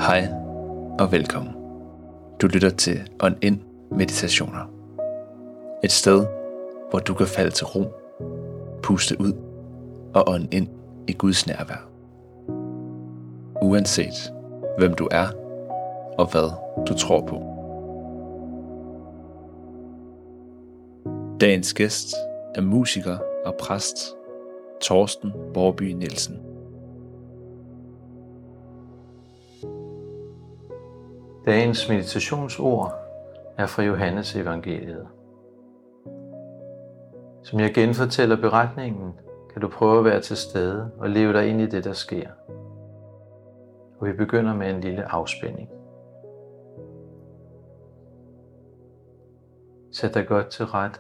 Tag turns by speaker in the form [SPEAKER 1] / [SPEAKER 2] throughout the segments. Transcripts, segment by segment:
[SPEAKER 1] Hej og velkommen. Du lytter til Ånd Ind Meditationer. Et sted, hvor du kan falde til ro, puste ud og ånde ind i Guds nærvær. Uanset hvem du er og hvad du tror på. Dagens gæst er musiker og præst Torsten Borby Nielsen.
[SPEAKER 2] Dagens meditationsord er fra Johannes evangeliet. Som jeg genfortæller beretningen, kan du prøve at være til stede og leve dig ind i det, der sker. Og vi begynder med en lille afspænding. Sæt dig godt til rette.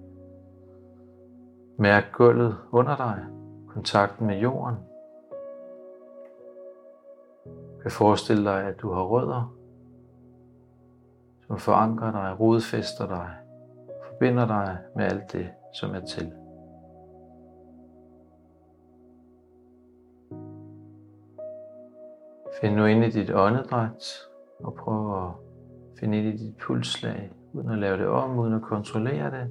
[SPEAKER 2] Mærk gulvet under dig, kontakten med jorden. Du kan forestille dig, at du har rødder, som forankrer dig, rodfæster dig, forbinder dig med alt det, som er til. Find nu ind i dit åndedræt og prøv at finde ind i dit pulsslag, uden at lave det om, uden at kontrollere det.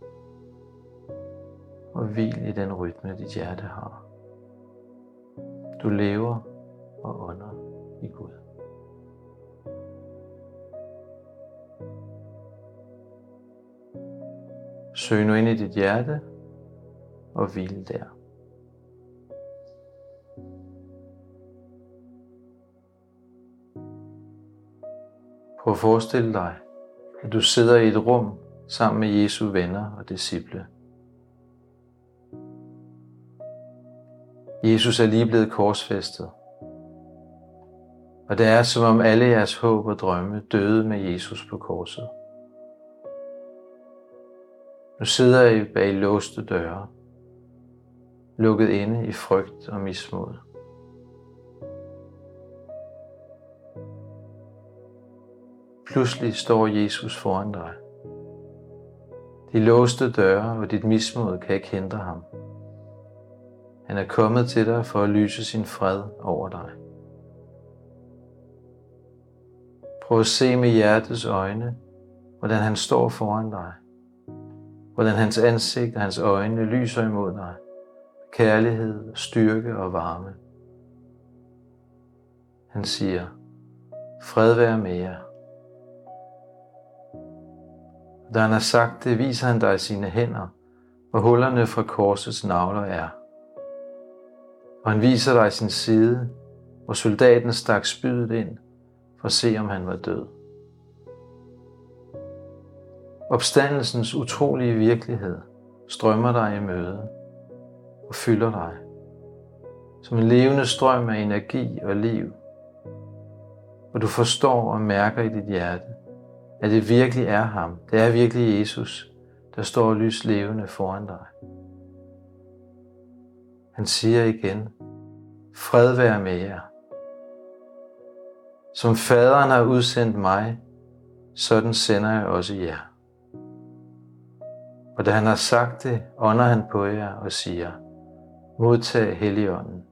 [SPEAKER 2] Og hvil i den rytme, dit hjerte har. Du lever og ånder i Gud. Søg nu ind i dit hjerte og hvil der. Prøv at forestille dig, at du sidder i et rum sammen med Jesu venner og disciple. Jesus er lige blevet korsfæstet, og det er som om alle jeres håb og drømme døde med Jesus på korset. Nu sidder I bag låste døre, lukket inde i frygt og mismod. Pludselig står Jesus foran dig. De låste døre og dit mismod kan ikke hindre ham. Han er kommet til dig for at lyse sin fred over dig. Prøv at se med hjertets øjne, hvordan han står foran dig. Hvordan hans ansigt og hans øjne lyser imod dig. Kærlighed, styrke og varme. Han siger, fred være med jer. Da han har sagt det, viser han dig sine hænder, hvor hullerne fra korsets nagler er. Og han viser dig sin side, hvor soldaten stak spydet ind, for at se om han var død. Opstandelsens utrolige virkelighed strømmer dig i møde og fylder dig. Som en levende strøm af energi og liv. Og du forstår og mærker i dit hjerte, at det virkelig er ham. Det er virkelig Jesus, der står lys levende foran dig. Han siger igen, fred være med jer. Som faderen har udsendt mig, sådan sender jeg også jer. Og da han har sagt det, ånder han på jer og siger, modtag Helligånden.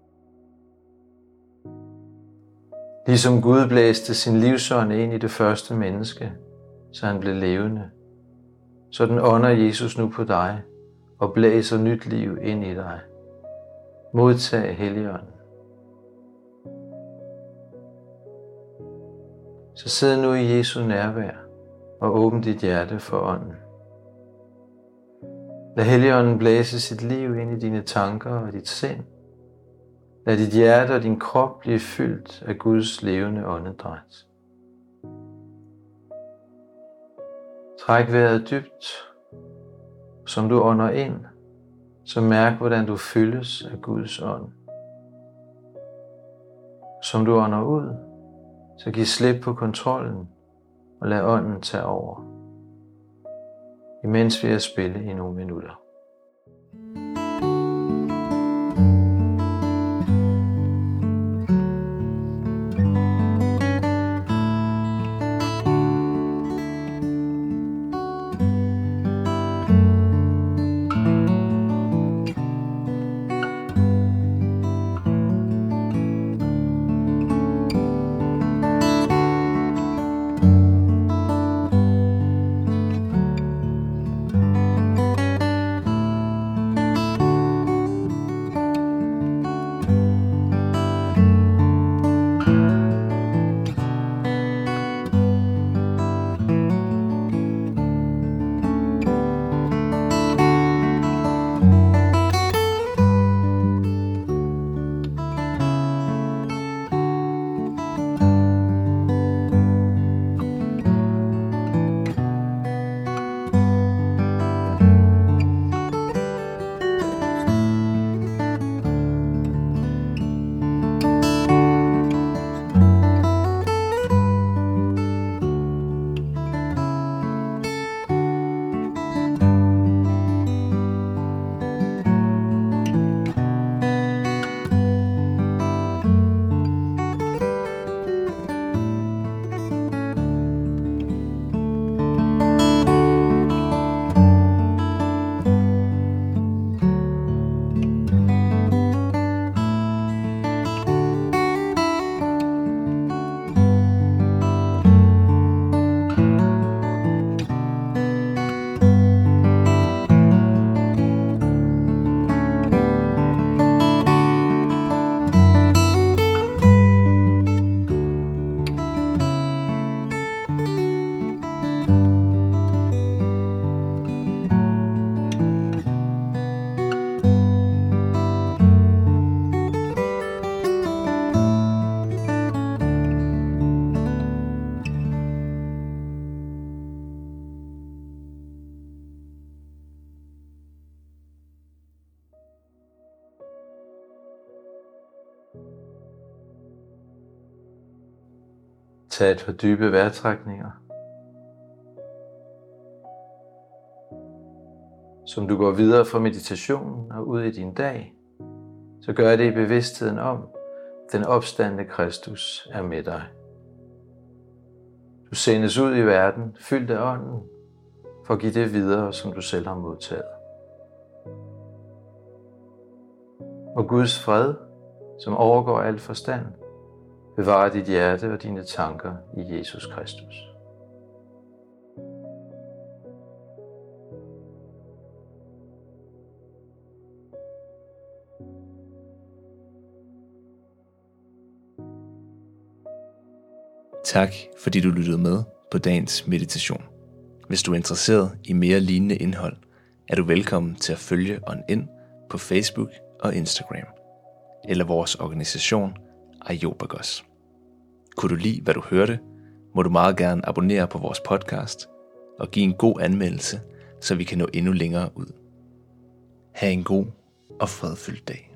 [SPEAKER 2] Ligesom Gud blæste sin livsånd ind i det første menneske, så han blev levende, sådan ånder Jesus nu på dig og blæser nyt liv ind i dig. Modtag Helligånden. Så sid nu i Jesu nærvær og åbn dit hjerte for ånden. Lad Helligånden blæse sit liv ind i dine tanker og dit sind. Lad dit hjerte og din krop blive fyldt af Guds levende åndedræt. Træk vejret dybt, som du ånder ind, så mærk hvordan du fyldes af Guds ånd. Som du ånder ud, så giv slip på kontrollen og lad ånden tage over. Imens vil jeg spille i nogle minutter. Tag et par dybe vejrtrækninger. Som du går videre fra meditationen og ud i din dag, så gør det i bevidstheden om, at den opstandne Kristus er med dig. Du sendes ud i verden, fyldt af ånden, for at give det videre, som du selv har modtaget. Og Guds fred, som overgår al forstand, bevarer dit hjerte og dine tanker i Jesus Kristus.
[SPEAKER 1] Tak, fordi du lyttede med på dagens meditation. Hvis du er interesseret i mere lignende indhold, er du velkommen til at følge On In på Facebook og Instagram, eller vores organisation Aiopagos. Kunne du lide, hvad du hørte, må du meget gerne abonnere på vores podcast og give en god anmeldelse, så vi kan nå endnu længere ud. Ha' en god og fredfyldt dag.